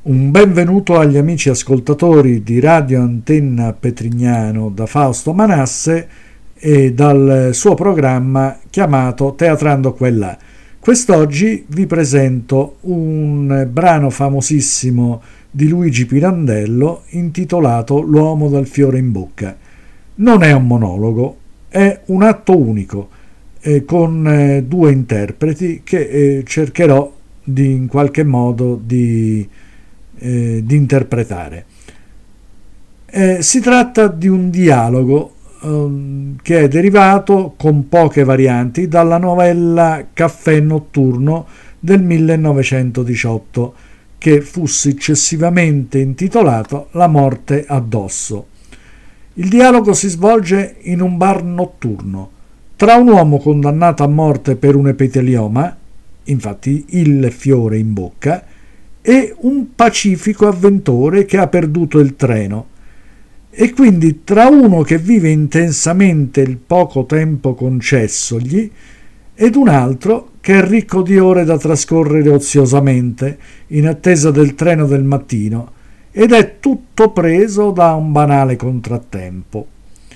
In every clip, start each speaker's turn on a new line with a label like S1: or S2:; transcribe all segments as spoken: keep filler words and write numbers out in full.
S1: Un benvenuto agli amici ascoltatori di Radio Antenna Petrignano da Fausto Manasse e dal suo programma chiamato Teatrando Quellà. Quest'oggi vi presento un brano famosissimo di Luigi Pirandello intitolato L'uomo dal fiore in bocca. Non è un monologo, è un atto unico eh, con eh, due interpreti che eh, cercherò di in qualche modo di Eh, di interpretare. Eh, si tratta di un dialogo eh, che è derivato con poche varianti dalla novella Caffè notturno del millenovecentodiciotto, che fu successivamente intitolato La morte addosso. Il dialogo si svolge in un bar notturno tra un uomo condannato a morte per un epitelioma, infatti il fiore in bocca, e un pacifico avventore che ha perduto il treno, e quindi tra uno che vive intensamente il poco tempo concessogli ed un altro che è ricco di ore da trascorrere oziosamente in attesa del treno del mattino ed è tutto preso da un banale contrattempo.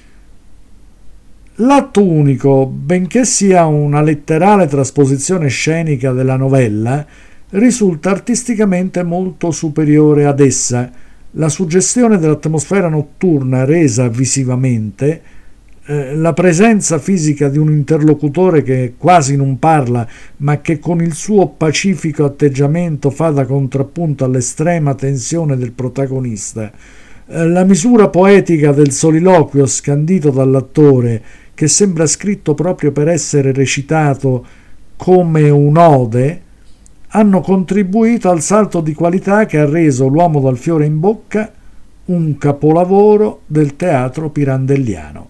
S1: L'atto unico, benché sia una letterale trasposizione scenica della novella, risulta artisticamente molto superiore ad essa. La suggestione dell'atmosfera notturna resa visivamente, eh, la presenza fisica di un interlocutore che quasi non parla ma che con il suo pacifico atteggiamento fa da contrappunto all'estrema tensione del protagonista, eh, la misura poetica del soliloquio scandito dall'attore che sembra scritto proprio per essere recitato come un'ode, hanno contribuito al salto di qualità che ha reso L'uomo dal fiore in bocca un capolavoro del teatro pirandelliano.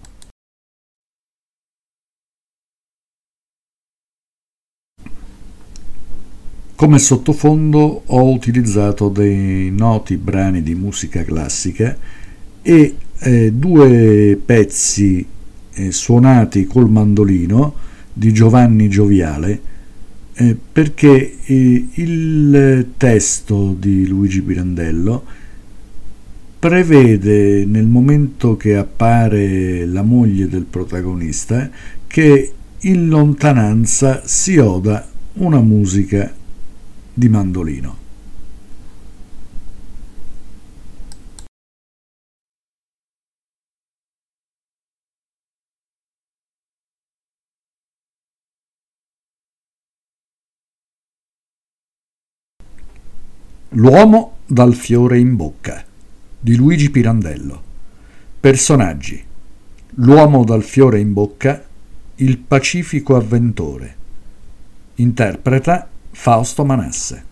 S1: Come sottofondo ho utilizzato dei noti brani di musica classica e eh, due pezzi eh, suonati col mandolino di Giovanni Gioviale, Eh, perché eh, il testo di Luigi Pirandello prevede, nel momento che appare la moglie del protagonista, che in lontananza si oda una musica di mandolino. L'uomo dal fiore in bocca di Luigi Pirandello. Personaggi: l'uomo dal fiore in bocca, il pacifico avventore. Interpreta Fausto Manasse.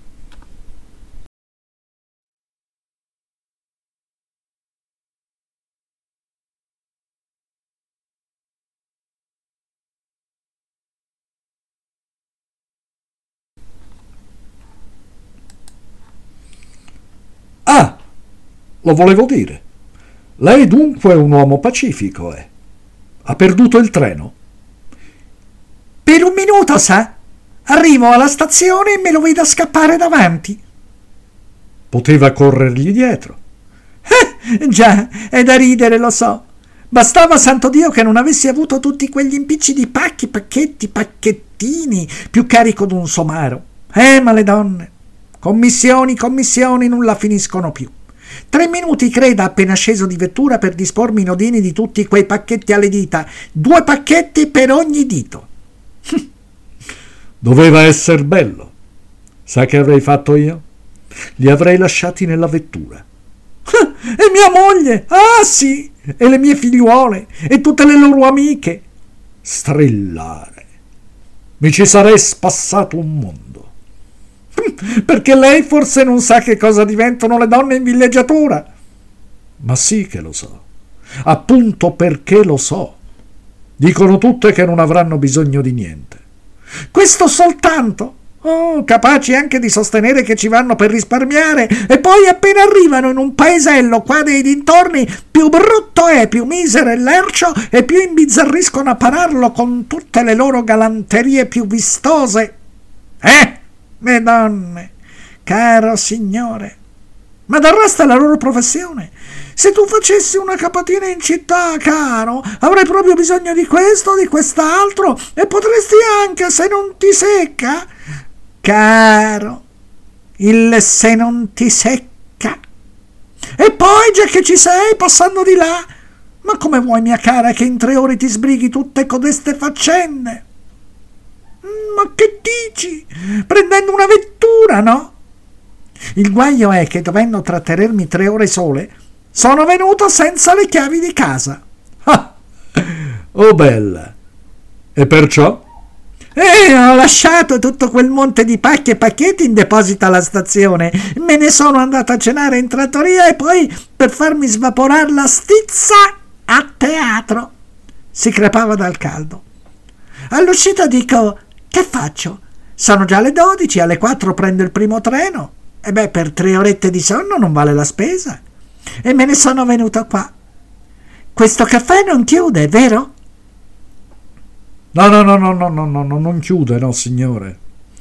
S1: Ah, lo volevo dire. Lei dunque è un uomo pacifico, eh? Ha perduto il treno?
S2: Per un minuto, sa. Arrivo alla stazione e me lo vedo scappare davanti.
S1: Poteva corrergli dietro.
S2: Eh, già, è da ridere, lo so. Bastava, santo Dio, che non avessi avuto tutti quegli impicci di pacchi, pacchetti, pacchettini, più carico d'un somaro. Eh, ma le donne... Commissioni, commissioni, non la finiscono più. Tre minuti, creda, appena sceso di vettura per dispormi i nodini di tutti quei pacchetti alle dita. Due pacchetti per ogni dito.
S1: Doveva esser bello. Sa che avrei fatto io? Li avrei lasciati nella vettura.
S2: E mia moglie? Ah, sì! E le mie figliuole? E tutte le loro amiche?
S1: Strillare. Mi ci sarei spassato un mondo.
S2: Perché lei forse non sa che cosa diventano le donne in villeggiatura.
S1: Ma sì che lo so. Appunto perché lo so. Dicono tutte che non avranno bisogno di niente.
S2: Questo soltanto? Oh, capaci anche di sostenere che ci vanno per risparmiare, e poi appena arrivano in un paesello qua dei dintorni, più brutto è, più misero è l'ercio e più imbizzarriscono a pararlo con tutte le loro galanterie più vistose. Eh, le donne, caro signore, Ma del resto è la loro professione. Se tu facessi una capatina in città, caro, avrai proprio bisogno di questo, di quest'altro, e potresti anche, se non ti secca, caro, il se non ti secca. E poi, già che ci sei, passando di là, ma come vuoi, mia cara, che in tre ore ti sbrighi tutte codeste faccende? Ma che dici? Prendendo una vettura, no? Il guaio è che, dovendo trattenermi tre ore sole, sono venuto senza le chiavi di casa.
S1: Ah, oh bella! E perciò?
S2: E ho lasciato tutto quel monte di pacchi e pacchetti in deposito alla stazione. Me ne sono andato a cenare in trattoria e poi, per farmi svaporare la stizza, a teatro. Si crepava dal caldo. All'uscita dico: che faccio? Sono già le dodici, alle quattro prendo il primo treno. E beh, per tre orette di sonno non vale la spesa. E me ne sono venuto qua. Questo caffè non chiude, vero?
S1: No, no, no, no, no, no, no, no, non chiude, no, signore.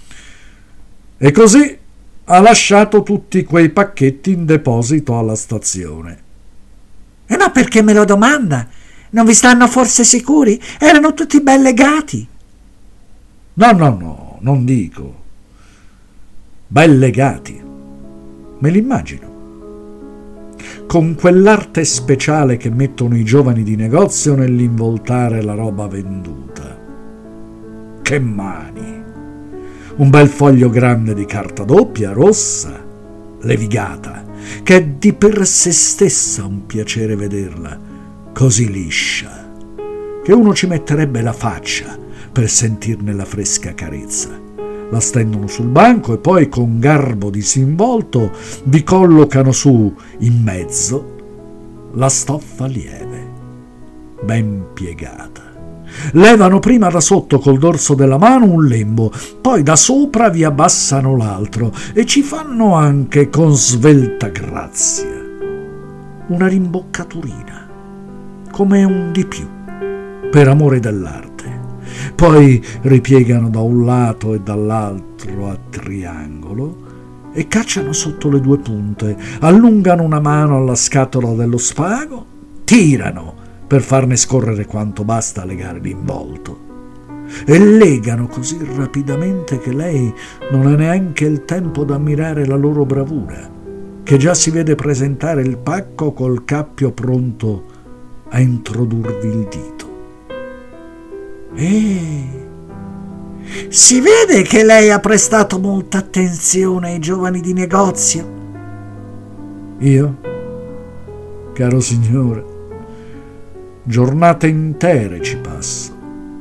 S1: E così ha lasciato tutti quei pacchetti in deposito alla stazione.
S2: E ma perché me lo domanda? Non vi stanno forse sicuri? Erano tutti ben legati.
S1: No, no, no, non dico. Ben legati. Me l'immagino. Con quell'arte speciale che mettono i giovani di negozio nell'involtare la roba venduta. Che mani! Un bel foglio grande di carta doppia, rossa, levigata, che è di per sé stessa un piacere vederla, così liscia, che uno ci metterebbe la faccia per sentirne la fresca carezza. La stendono sul banco e poi con garbo disinvolto vi collocano su, in mezzo, la stoffa lieve, ben piegata. Levano prima da sotto col dorso della mano un lembo, poi da sopra vi abbassano l'altro e ci fanno anche, con svelta grazia, una rimboccaturina, come un di più, per amore dell'arte. Poi ripiegano da un lato e dall'altro a triangolo e cacciano sotto le due punte, allungano una mano alla scatola dello spago, tirano per farne scorrere quanto basta a legare l'involto e legano così rapidamente che lei non ha neanche il tempo d'ammirare la loro bravura, che già si vede presentare il pacco col cappio pronto a introdurvi il dito.
S2: Eh, si vede che lei ha prestato molta attenzione ai giovani di negozio.
S1: Io, caro signore, giornate intere ci passo.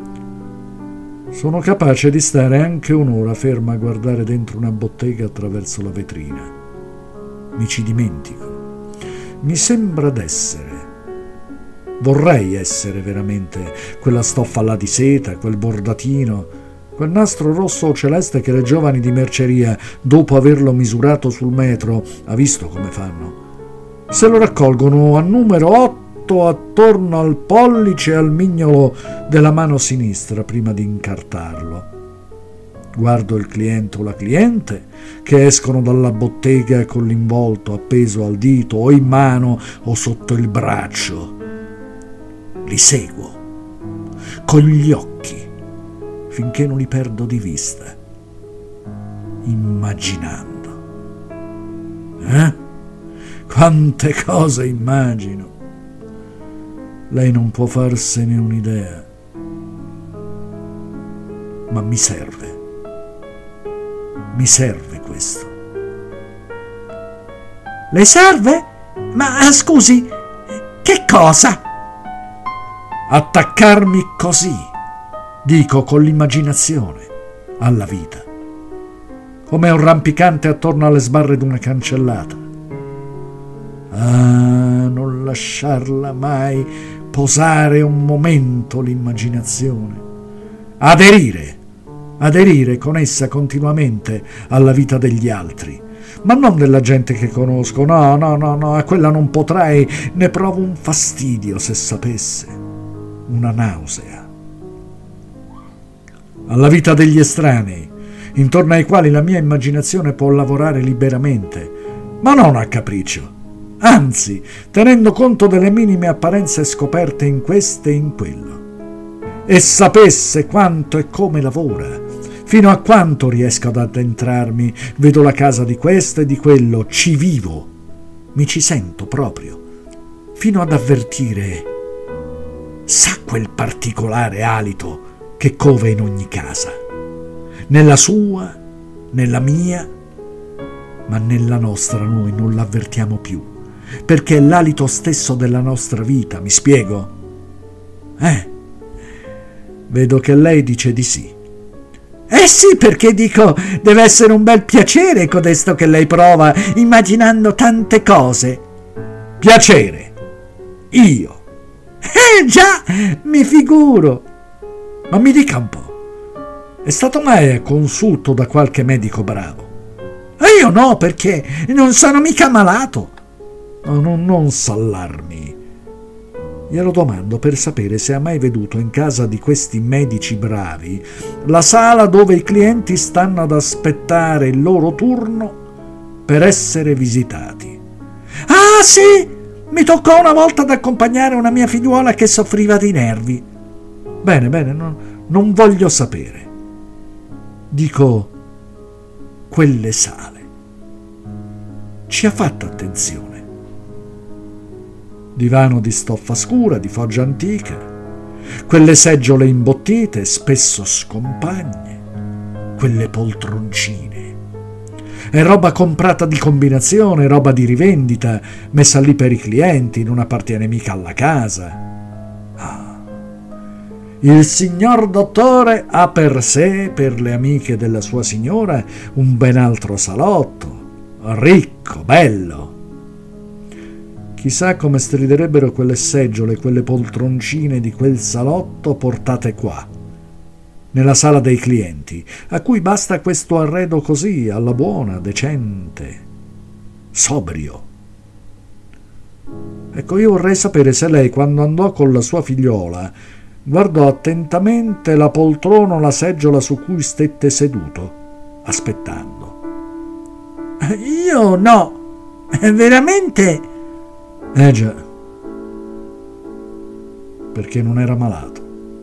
S1: Sono capace di stare anche un'ora ferma a guardare dentro una bottega attraverso la vetrina. Mi ci dimentico. Mi sembra d'essere. Vorrei essere veramente quella stoffa là di seta, quel bordatino, quel nastro rosso o celeste che le giovani di merceria, dopo averlo misurato sul metro, ha visto come fanno. Se lo raccolgono a numero otto attorno al pollice e al mignolo della mano sinistra prima di incartarlo. Guardo il cliente o la cliente che escono dalla bottega con l'involto appeso al dito o in mano o sotto il braccio. Li seguo con gli occhi finché non li perdo di vista, immaginando. Eh? Quante cose immagino! Lei non può farsene un'idea, ma mi serve, mi serve questo.
S2: Le serve? Ma scusi, che cosa?
S1: Attaccarmi così, dico con l'immaginazione, alla vita, come un rampicante attorno alle sbarre d'una cancellata. Ah, non lasciarla mai posare un momento l'immaginazione, aderire, aderire con essa continuamente alla vita degli altri, ma non della gente che conosco, no, no, no, no, a quella non potrei, ne provo un fastidio se sapesse. Una nausea. Alla vita degli estranei, intorno ai quali la mia immaginazione può lavorare liberamente, ma non a capriccio, anzi, tenendo conto delle minime apparenze scoperte in questo e in quello. E sapesse quanto e come lavora, fino a quanto riesco ad addentrarmi, vedo la casa di questo e di quello, ci vivo, mi ci sento proprio, fino ad avvertire, sa quel particolare alito che cova in ogni casa, nella sua, nella mia, ma nella nostra noi non l'avvertiamo più, perché è l'alito stesso della nostra vita, mi spiego? Eh, vedo che lei dice di sì.
S2: Eh sì, perché dico, deve essere un bel piacere codesto che lei prova, immaginando tante cose.
S1: Piacere? Io?
S2: Eh già, mi figuro.
S1: Ma mi dica un po', è stato mai a consulto da qualche medico bravo?
S2: E io no, perché non sono mica malato.
S1: No, no, non s'allarmi. Glielo domando per sapere se ha mai veduto in casa di questi medici bravi la sala dove i clienti stanno ad aspettare il loro turno per essere visitati.
S2: Ah sì, mi toccò una volta ad accompagnare una mia figliuola che soffriva di nervi.
S1: Bene, bene, no, non voglio sapere. Dico, quelle sale. Ci ha fatto attenzione. Divano di stoffa scura, di foggia antica, quelle seggiole imbottite, spesso scompagne, quelle poltroncine. È roba comprata di combinazione, roba di rivendita, messa lì per i clienti, non appartiene mica alla casa. Ah. Il signor dottore ha per sé, per le amiche della sua signora, un ben altro salotto, ricco, bello. Chissà come striderebbero quelle seggiole, quelle poltroncine di quel salotto portate qua, nella sala dei clienti, a cui basta questo arredo così, alla buona, decente, sobrio. Ecco, io vorrei sapere se lei, quando andò con la sua figliola, guardò attentamente la poltrona o la seggiola su cui stette seduto, aspettando.
S2: Io no, veramente...
S1: Eh già, perché non era malato.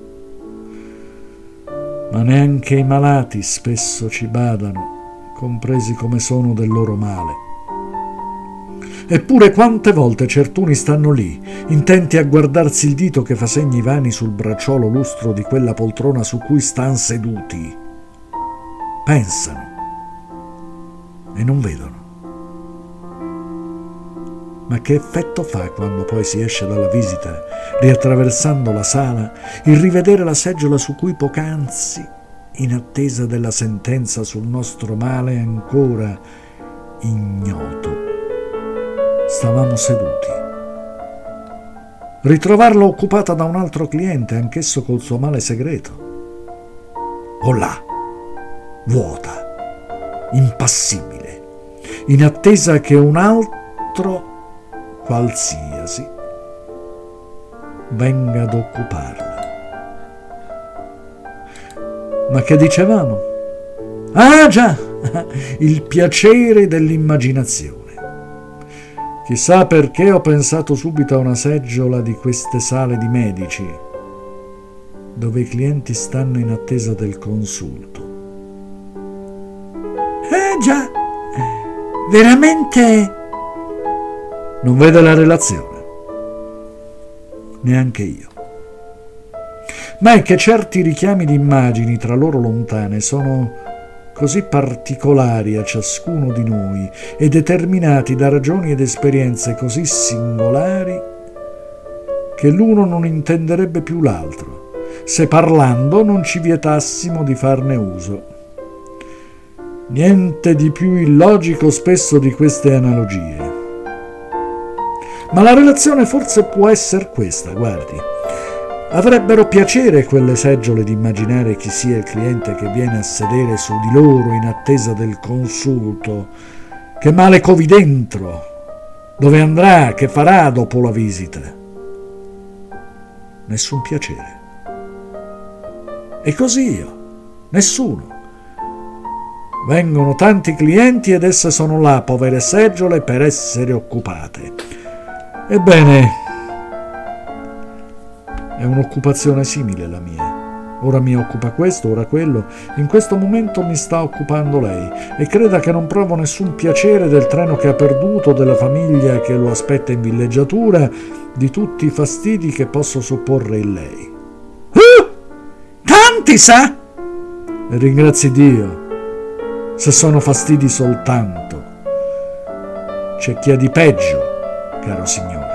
S1: Ma neanche i malati spesso ci badano, compresi come sono del loro male. Eppure quante volte certuni stanno lì, intenti a guardarsi il dito che fa segni vani sul bracciolo lustro di quella poltrona su cui stan seduti. Pensano e non vedono. Ma che effetto fa quando poi si esce dalla visita, riattraversando la sala, il rivedere la seggiola su cui poc'anzi, in attesa della sentenza sul nostro male ancora ignoto, stavamo seduti. Ritrovarla occupata da un altro cliente, anch'esso col suo male segreto. O là, vuota, impassibile, in attesa che un altro qualsiasi venga ad occuparla. Ma che dicevamo? Ah già, il piacere dell'immaginazione. Chissà perché ho pensato subito a una seggiola di queste sale di medici, dove i clienti stanno in attesa del consulto.
S2: Eh già, veramente...
S1: Non vede la relazione? Neanche io. Ma è che certi richiami di immagini tra loro lontane sono così particolari a ciascuno di noi e determinati da ragioni ed esperienze così singolari che l'uno non intenderebbe più l'altro, se parlando non ci vietassimo di farne uso. Niente di più illogico spesso di queste analogie. Ma la relazione forse può essere questa, guardi. Avrebbero piacere quelle seggiole di immaginare chi sia il cliente che viene a sedere su di loro in attesa del consulto, che male covi dentro, dove andrà, che farà dopo la visita. Nessun piacere. E così io, nessuno. Vengono tanti clienti ed esse sono là, povere seggiole, per essere occupate. Ebbene, è un'occupazione simile la mia. Ora mi occupa questo, ora quello. In questo momento mi sta occupando lei. E creda che non provo nessun piacere del treno che ha perduto, della famiglia che lo aspetta in villeggiatura, di tutti i fastidi che posso supporre in lei.
S2: Uh, tanti, sa?
S1: E ringrazi Dio. Se sono fastidi soltanto. C'è chi ha di peggio, caro signore.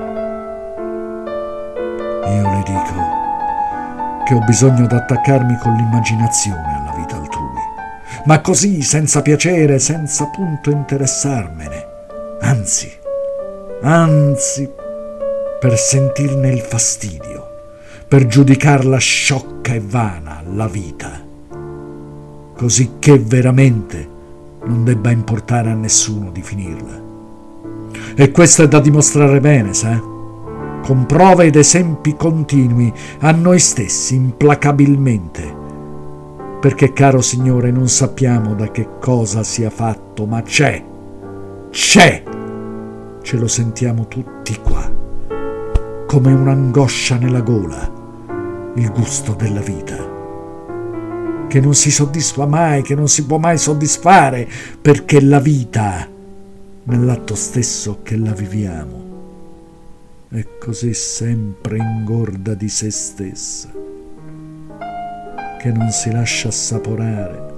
S1: Io le dico che ho bisogno d'attaccarmi con l'immaginazione alla vita altrui, ma così, senza piacere, senza punto interessarmene, anzi, anzi, per sentirne il fastidio, per giudicarla sciocca e vana la vita, così che veramente non debba importare a nessuno di finirla. E questo è da dimostrare bene, sa? Con prove ed esempi continui a noi stessi, implacabilmente, perché, caro Signore, non sappiamo da che cosa sia fatto, ma c'è, c'è, ce lo sentiamo tutti qua, come un'angoscia nella gola, il gusto della vita, che non si soddisfa mai, che non si può mai soddisfare, perché la vita, nell'atto stesso che la viviamo, è così sempre ingorda di se stessa, che non si lascia assaporare.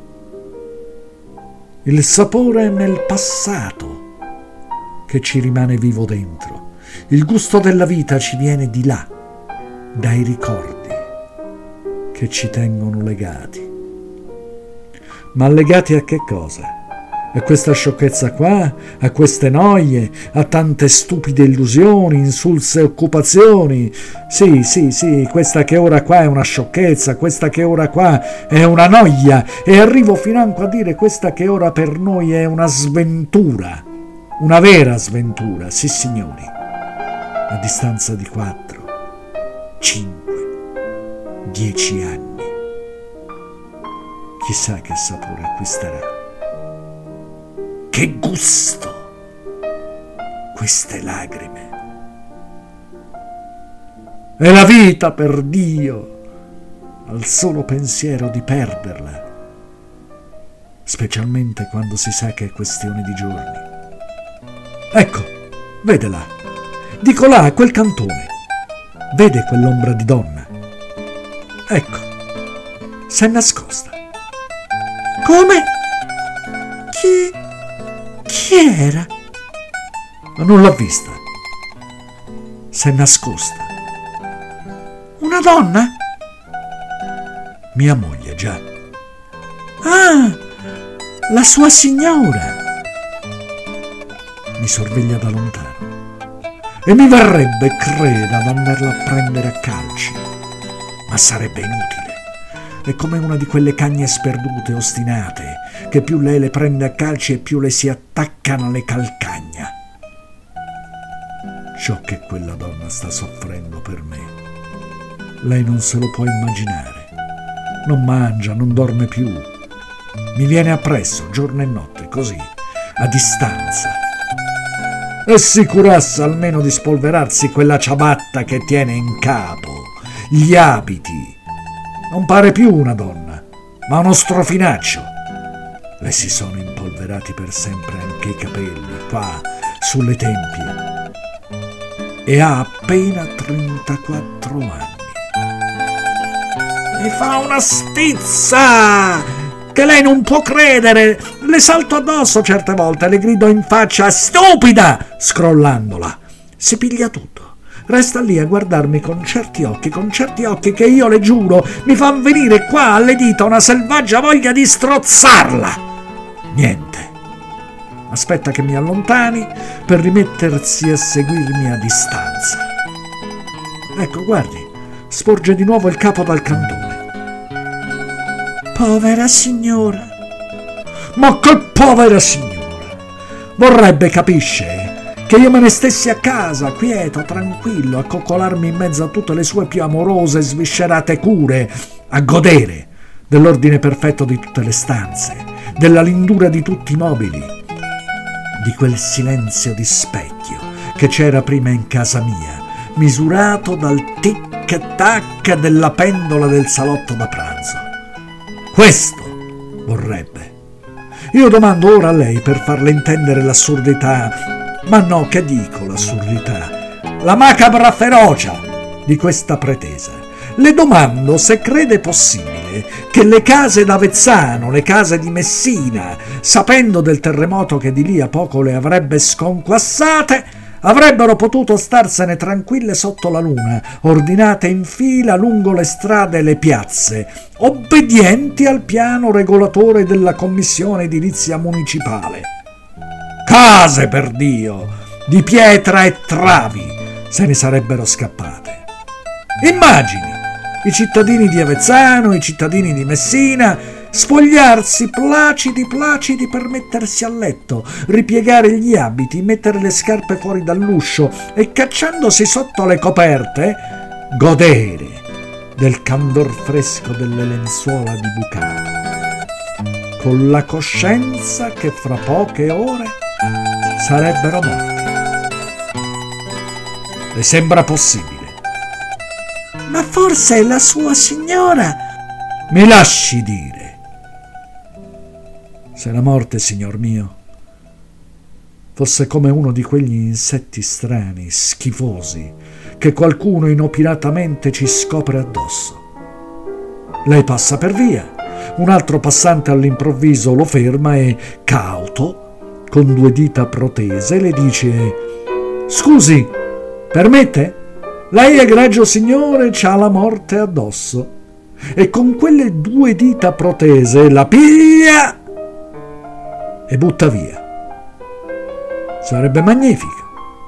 S1: Il sapore è nel passato che ci rimane vivo dentro. Il gusto della vita ci viene di là, dai ricordi che ci tengono legati. Ma legati a che cosa? A questa sciocchezza qua, a queste noie, a tante stupide illusioni, insulse occupazioni. Sì, sì, sì, questa che ora qua è una sciocchezza, questa che ora qua è una noia, e arrivo financo a dire questa che ora per noi è una sventura, una vera sventura, sì signori, a distanza di quattro, cinque, dieci anni. Chissà che sapore acquisterà. Che gusto! Queste lagrime. E la vita, per Dio, al solo pensiero di perderla, specialmente quando si sa che è questione di giorni. Ecco, vede là, dico là, a quel cantone, vede quell'ombra di donna? Ecco, s'è nascosta.
S2: Come? Chi? Chi era?
S1: Ma non l'ha vista. S'è nascosta.
S2: Una donna?
S1: Mia moglie, già.
S2: Ah, la sua signora.
S1: Mi sorveglia da lontano e mi varrebbe, creda, ad andarla a prendere a calci, ma sarebbe inutile. È come una di quelle cagne sperdute, ostinate, che più lei le prende a calci e più le si attaccano alle calcagna. Ciò che quella donna sta soffrendo per me, lei non se lo può immaginare. Non mangia, non dorme più. Mi viene appresso giorno e notte, così, a distanza. E si curasse almeno di spolverarsi quella ciabatta che tiene in capo, gli abiti. Non pare più una donna, ma uno strofinaccio. Le si sono impolverati per sempre anche i capelli, qua, sulle tempie. E ha appena trentaquattro anni.
S2: Mi fa una stizza che lei non può credere. Le salto addosso certe volte, le grido in faccia stupida, scrollandola. Si piglia tutto. Resta lì a guardarmi con certi occhi, con certi occhi che io le giuro mi fan venire qua alle dita una selvaggia voglia di strozzarla. Niente. Aspetta che mi allontani per rimettersi a seguirmi a distanza. Ecco, guardi, sporge di nuovo il capo dal cantone.
S1: Povera signora. Ma che povera signora! Vorrebbe, capisce, che io me ne stessi a casa, quieto, tranquillo, a coccolarmi in mezzo a tutte le sue più amorose e sviscerate cure, a godere dell'ordine perfetto di tutte le stanze, della lindura di tutti i mobili, di quel silenzio di specchio che c'era prima in casa mia, misurato dal tic-tac della pendola del salotto da pranzo. Questo vorrebbe. Io domando ora a lei per farle intendere l'assurdità, ma no, che dico l'assurdità, la macabra ferocia di questa pretesa. Le domando se crede possibile che le case d'Avezzano, le case di Messina, sapendo del terremoto che di lì a poco le avrebbe sconquassate, avrebbero potuto starsene tranquille sotto la luna, ordinate in fila lungo le strade e le piazze, obbedienti al piano regolatore della commissione edilizia municipale. Case, per Dio, di pietra e travi se ne sarebbero scappate. Immagini i cittadini di Avezzano, i cittadini di Messina, spogliarsi placidi placidi per mettersi a letto, ripiegare gli abiti, mettere le scarpe fuori dall'uscio e, cacciandosi sotto le coperte, godere del candor fresco delle lenzuola di bucato, con la coscienza che fra poche ore sarebbero morti. Le sembra possibile?
S2: Ma forse la sua signora...
S1: Mi lasci dire. Se la morte, signor mio, fosse come uno di quegli insetti strani, schifosi, che qualcuno inopinatamente ci scopre addosso. Lei passa per via, un altro passante all'improvviso lo ferma e, cauto, con due dita protese, le dice: «Scusi, permette? Lei, egregio signore, c'ha la morte addosso». E con quelle due dita protese la piglia e butta via. Sarebbe magnifico.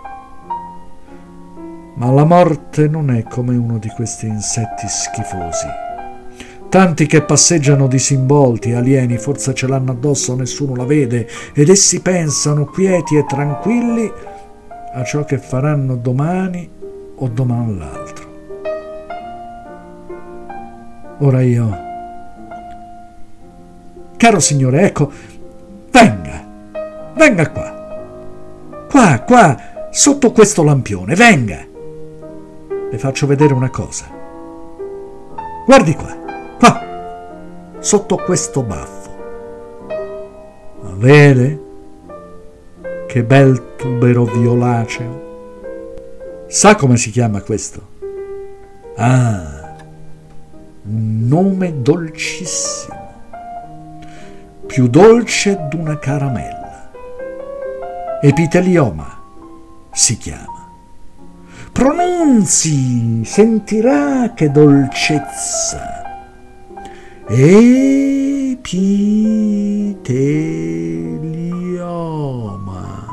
S1: Ma la morte non è come uno di questi insetti schifosi. Tanti che passeggiano disinvolti, alieni, forse ce l'hanno addosso, nessuno la vede, ed essi pensano, quieti e tranquilli, a ciò che faranno domani o domani l'altro. Ora io... Caro signore, ecco, venga, venga qua, qua, qua, sotto questo lampione, venga. Le faccio vedere una cosa. Guardi qua, qua, sotto questo baffo. Ma vede? Che bel tubero violaceo. Sa come si chiama questo? Ah, un nome dolcissimo, più dolce d'una caramella. Epitelioma si chiama. Pronunzi, sentirà che dolcezza. Epitelioma.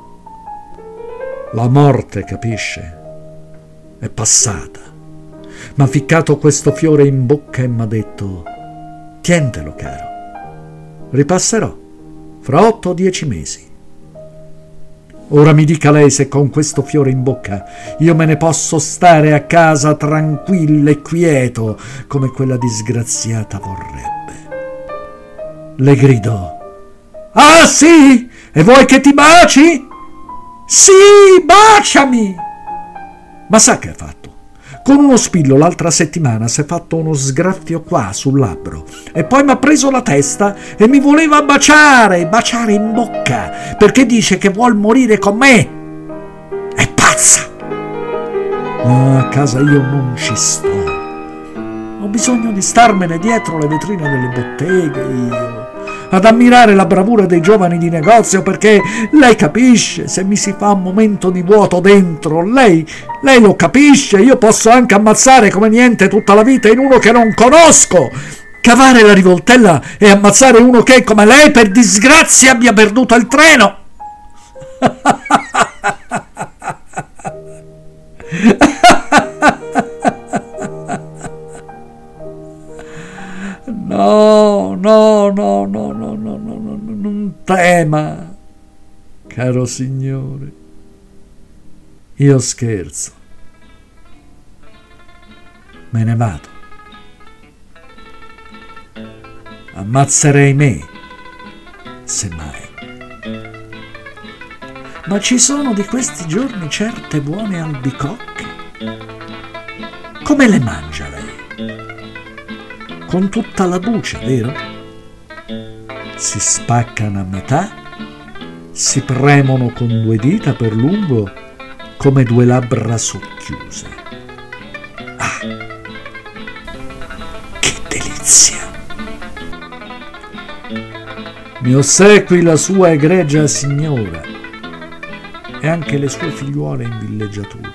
S1: La morte, capisce? È passata. M'ha ficcato questo fiore in bocca e m'ha detto: tientelo, caro, ripasserò fra otto o dieci mesi. Ora mi dica lei se con questo fiore in bocca io me ne posso stare a casa tranquillo e quieto come quella disgraziata vorrebbe. Le gridò: ah sì? E vuoi che ti baci? Sì, baciami! Ma sa che ha fatto? Con uno spillo l'altra settimana si è fatto uno sgraffio qua sul labbro e poi mi ha preso la testa e mi voleva baciare, baciare in bocca, perché dice che vuol morire con me. È pazza! Ma a casa io non ci sto. Ho bisogno di starmene dietro le vetrine delle botteghe io, ad ammirare la bravura dei giovani di negozio, perché lei capisce, se mi si fa un momento di vuoto dentro, lei, lei lo capisce, io posso anche ammazzare come niente tutta la vita in uno che non conosco, cavare la rivoltella e ammazzare uno che, come lei, per disgrazia abbia perduto il treno. No, no, no, no, no, no, no, no, non tema, caro signore. Io scherzo. Me ne vado. Ammazzerei me semmai. Ma ci sono di questi giorni certe buone albicocche. Come le mangia lei? Con tutta la buccia, vero? Si spaccano a metà, si premono con due dita per lungo come due labbra socchiuse. Ah, che delizia! Mi ossequi la sua egregia signora e anche le sue figliuole in villeggiatura.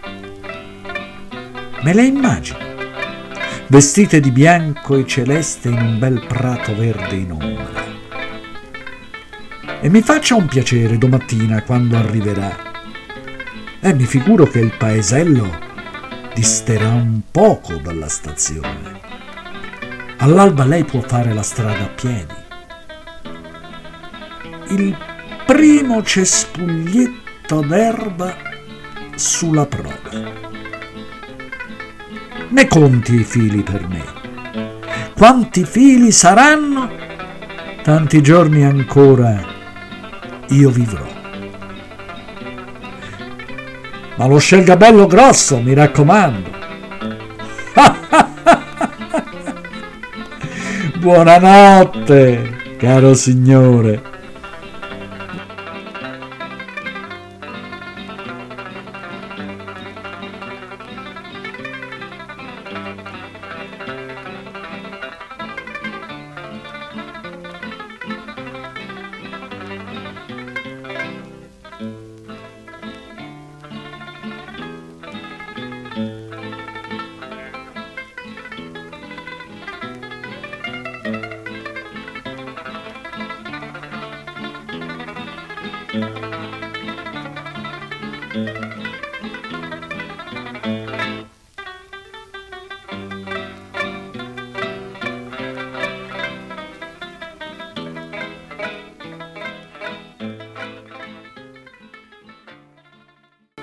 S1: Me le immagino, vestite di bianco e celeste in un bel prato verde in ombra. E mi faccia un piacere domattina quando arriverà. E mi figuro che il paesello disterà un poco dalla stazione. All'alba lei può fare la strada a piedi. Il primo cespuglietto d'erba sulla prova. Ne conti i fili per me. Quanti fili saranno? Tanti giorni ancora io vivrò. Ma lo scelga bello grosso, mi raccomando. Buonanotte, caro signore. Thank you.